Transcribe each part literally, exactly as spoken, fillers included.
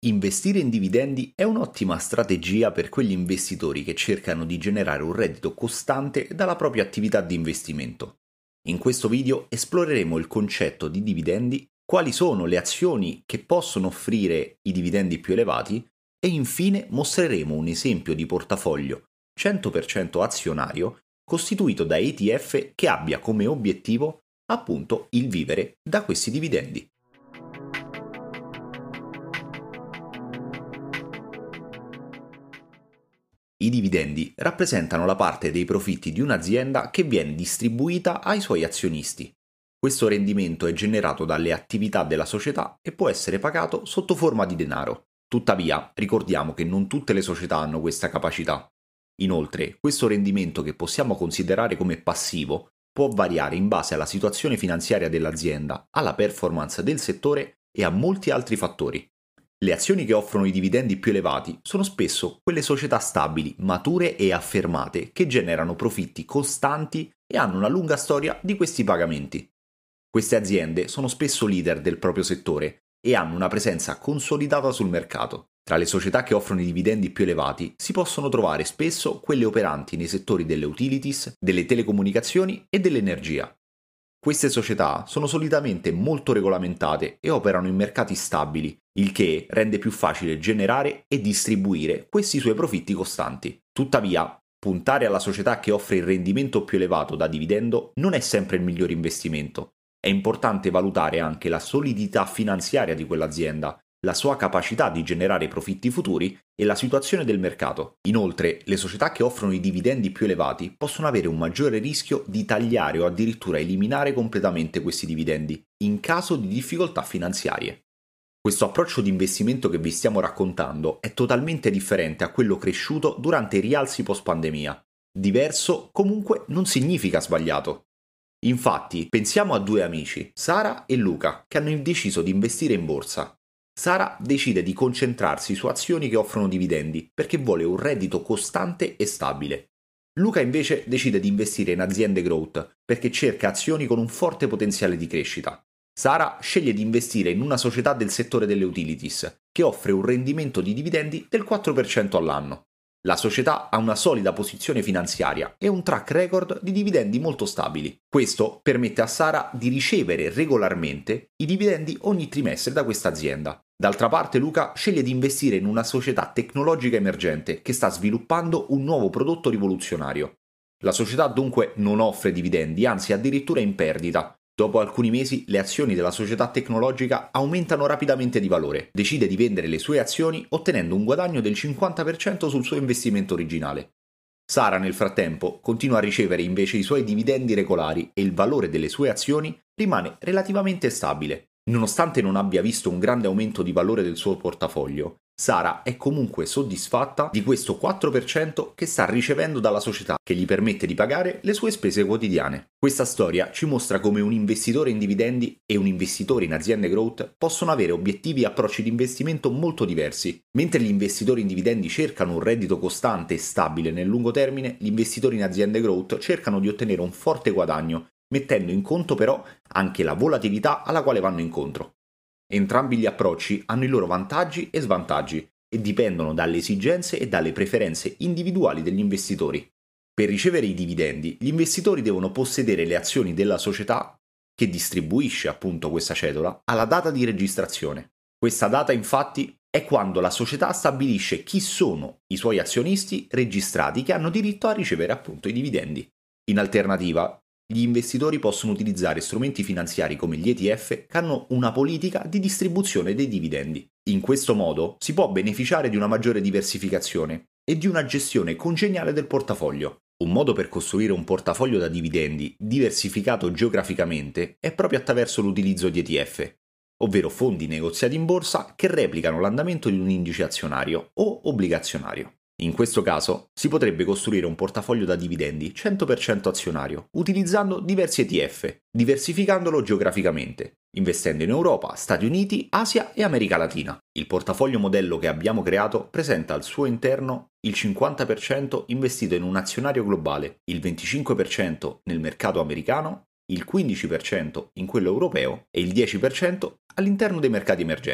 Investire in dividendi è un'ottima strategia per quegli investitori che cercano di generare un reddito costante dalla propria attività di investimento. In questo video esploreremo il concetto di dividendi, quali sono le azioni che possono offrire i dividendi più elevati e infine mostreremo un esempio di portafoglio cento per cento azionario costituito da E T F che abbia come obiettivo appunto il vivere da questi dividendi. I dividendi rappresentano la parte dei profitti di un'azienda che viene distribuita ai suoi azionisti. Questo rendimento è generato dalle attività della società e può essere pagato sotto forma di denaro. Tuttavia, ricordiamo che non tutte le società hanno questa capacità. Inoltre, questo rendimento che possiamo considerare come passivo può variare in base alla situazione finanziaria dell'azienda, alla performance del settore e a molti altri fattori. Le azioni che offrono i dividendi più elevati sono spesso quelle società stabili, mature e affermate che generano profitti costanti e hanno una lunga storia di questi pagamenti. Queste aziende sono spesso leader del proprio settore e hanno una presenza consolidata sul mercato. Tra le società che offrono i dividendi più elevati si possono trovare spesso quelle operanti nei settori delle utilities, delle telecomunicazioni e dell'energia. Queste società sono solitamente molto regolamentate e operano in mercati stabili, il che rende più facile generare e distribuire questi suoi profitti costanti. Tuttavia, puntare alla società che offre il rendimento più elevato da dividendo non è sempre il migliore investimento. È importante valutare anche la solidità finanziaria di quell'azienda, la sua capacità di generare profitti futuri e la situazione del mercato. Inoltre, le società che offrono i dividendi più elevati possono avere un maggiore rischio di tagliare o addirittura eliminare completamente questi dividendi in caso di difficoltà finanziarie. Questo approccio di investimento che vi stiamo raccontando è totalmente differente a quello cresciuto durante i rialzi post-pandemia. Diverso comunque non significa sbagliato. Infatti, pensiamo a due amici, Sara e Luca, che hanno deciso di investire in borsa. Sara decide di concentrarsi su azioni che offrono dividendi perché vuole un reddito costante e stabile. Luca invece decide di investire in aziende growth perché cerca azioni con un forte potenziale di crescita. Sara sceglie di investire in una società del settore delle utilities che offre un rendimento di dividendi del quattro per cento all'anno. La società ha una solida posizione finanziaria e un track record di dividendi molto stabili. Questo permette a Sara di ricevere regolarmente i dividendi ogni trimestre da questa azienda. D'altra parte Luca sceglie di investire in una società tecnologica emergente che sta sviluppando un nuovo prodotto rivoluzionario. La società dunque non offre dividendi, anzi addirittura in perdita. Dopo alcuni mesi le azioni della società tecnologica aumentano rapidamente di valore. Decide di vendere le sue azioni ottenendo un guadagno del cinquanta per cento sul suo investimento originale. Sara nel frattempo continua a ricevere invece i suoi dividendi regolari e il valore delle sue azioni rimane relativamente stabile. Nonostante non abbia visto un grande aumento di valore del suo portafoglio, Sara è comunque soddisfatta di questo quattro per cento che sta ricevendo dalla società, che gli permette di pagare le sue spese quotidiane. Questa storia ci mostra come un investitore in dividendi e un investitore in aziende growth possono avere obiettivi e approcci di investimento molto diversi. Mentre gli investitori in dividendi cercano un reddito costante e stabile nel lungo termine, gli investitori in aziende growth cercano di ottenere un forte guadagno, mettendo in conto però anche la volatilità alla quale vanno incontro. Entrambi gli approcci hanno i loro vantaggi e svantaggi e dipendono dalle esigenze e dalle preferenze individuali degli investitori. Per ricevere i dividendi, gli investitori devono possedere le azioni della società che distribuisce appunto questa cedola alla data di registrazione. Questa data infatti è quando la società stabilisce chi sono i suoi azionisti registrati che hanno diritto a ricevere appunto i dividendi. In alternativa, gli investitori possono utilizzare strumenti finanziari come gli E T F che hanno una politica di distribuzione dei dividendi. In questo modo si può beneficiare di una maggiore diversificazione e di una gestione congeniale del portafoglio. Un modo per costruire un portafoglio da dividendi diversificato geograficamente è proprio attraverso l'utilizzo di E T F, ovvero fondi negoziati in borsa che replicano l'andamento di un indice azionario o obbligazionario. In questo caso si potrebbe costruire un portafoglio da dividendi cento per cento azionario, utilizzando diversi E T F, diversificandolo geograficamente, investendo in Europa, Stati Uniti, Asia e America Latina. Il portafoglio modello che abbiamo creato presenta al suo interno il cinquanta per cento investito in un azionario globale, il venticinque per cento nel mercato americano, il quindici per cento in quello europeo e il dieci per cento all'interno dei mercati emergenti.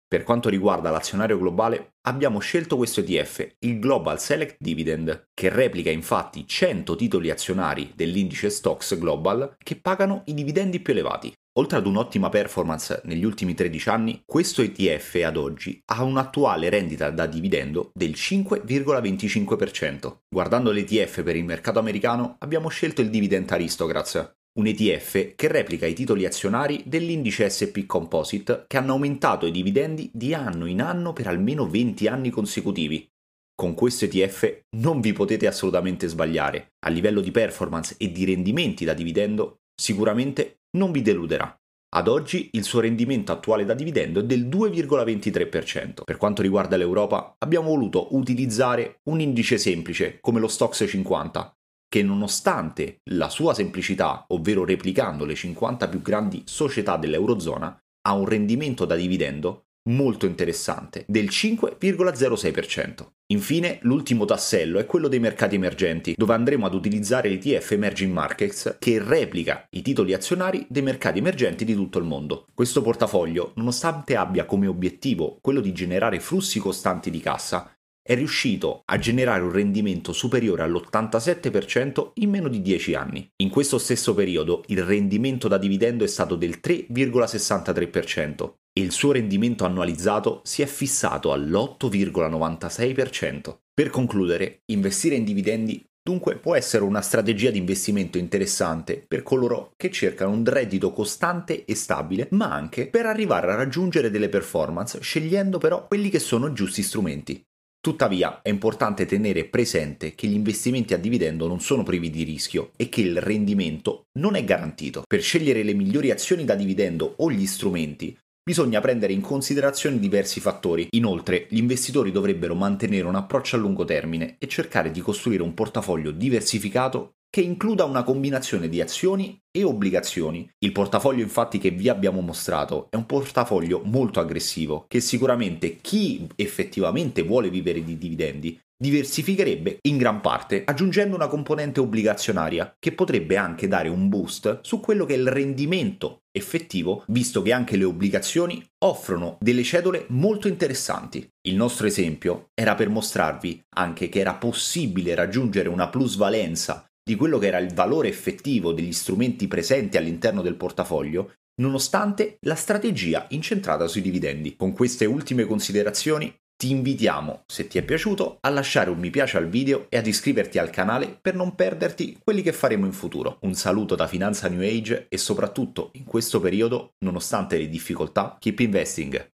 Per quanto riguarda l'azionario globale, abbiamo scelto questo E T F, il Global Select Dividend, che replica infatti cento titoli azionari dell'indice Stoxx Global che pagano i dividendi più elevati. Oltre ad un'ottima performance negli ultimi tredici anni, questo E T F ad oggi ha un'attuale rendita da dividendo del cinque virgola venticinque per cento. Guardando l'E T F per il mercato americano, abbiamo scelto il Dividend Aristocrats, un E T F che replica i titoli azionari dell'indice S and P Composite che hanno aumentato i dividendi di anno in anno per almeno venti anni consecutivi. Con questo E T F non vi potete assolutamente sbagliare. A livello di performance e di rendimenti da dividendo, sicuramente non vi deluderà. Ad oggi il suo rendimento attuale da dividendo è del due virgola ventitré per cento. Per quanto riguarda l'Europa, abbiamo voluto utilizzare un indice semplice come lo Stoxx cinquanta, che nonostante la sua semplicità, ovvero replicando le cinquanta più grandi società dell'Eurozona, ha un rendimento da dividendo molto interessante, del cinque virgola zero sei per cento. Infine, l'ultimo tassello è quello dei mercati emergenti, dove andremo ad utilizzare l'E T F Emerging Markets che replica i titoli azionari dei mercati emergenti di tutto il mondo. Questo portafoglio, nonostante abbia come obiettivo quello di generare flussi costanti di cassa, è riuscito a generare un rendimento superiore all'ottantasette per cento in meno di dieci anni. In questo stesso periodo il rendimento da dividendo è stato del tre virgola sessantatré per cento e il suo rendimento annualizzato si è fissato all'otto virgola novantasei per cento. Per concludere, investire in dividendi dunque può essere una strategia di investimento interessante per coloro che cercano un reddito costante e stabile, ma anche per arrivare a raggiungere delle performance scegliendo però quelli che sono giusti strumenti. Tuttavia è importante tenere presente che gli investimenti a dividendo non sono privi di rischio e che il rendimento non è garantito. Per scegliere le migliori azioni da dividendo o gli strumenti bisogna prendere in considerazione diversi fattori. Inoltre, gli investitori dovrebbero mantenere un approccio a lungo termine e cercare di costruire un portafoglio diversificato che includa una combinazione di azioni e obbligazioni. Il portafoglio infatti che vi abbiamo mostrato è un portafoglio molto aggressivo che sicuramente chi effettivamente vuole vivere di dividendi diversificherebbe in gran parte aggiungendo una componente obbligazionaria che potrebbe anche dare un boost su quello che è il rendimento effettivo, visto che anche le obbligazioni offrono delle cedole molto interessanti. Il nostro esempio era per mostrarvi anche che era possibile raggiungere una plusvalenza di quello che era il valore effettivo degli strumenti presenti all'interno del portafoglio, nonostante la strategia incentrata sui dividendi. Con queste ultime considerazioni ti invitiamo, se ti è piaciuto, a lasciare un mi piace al video e ad iscriverti al canale per non perderti quelli che faremo in futuro. Un saluto da Finanza New Age e soprattutto in questo periodo, nonostante le difficoltà, keep investing!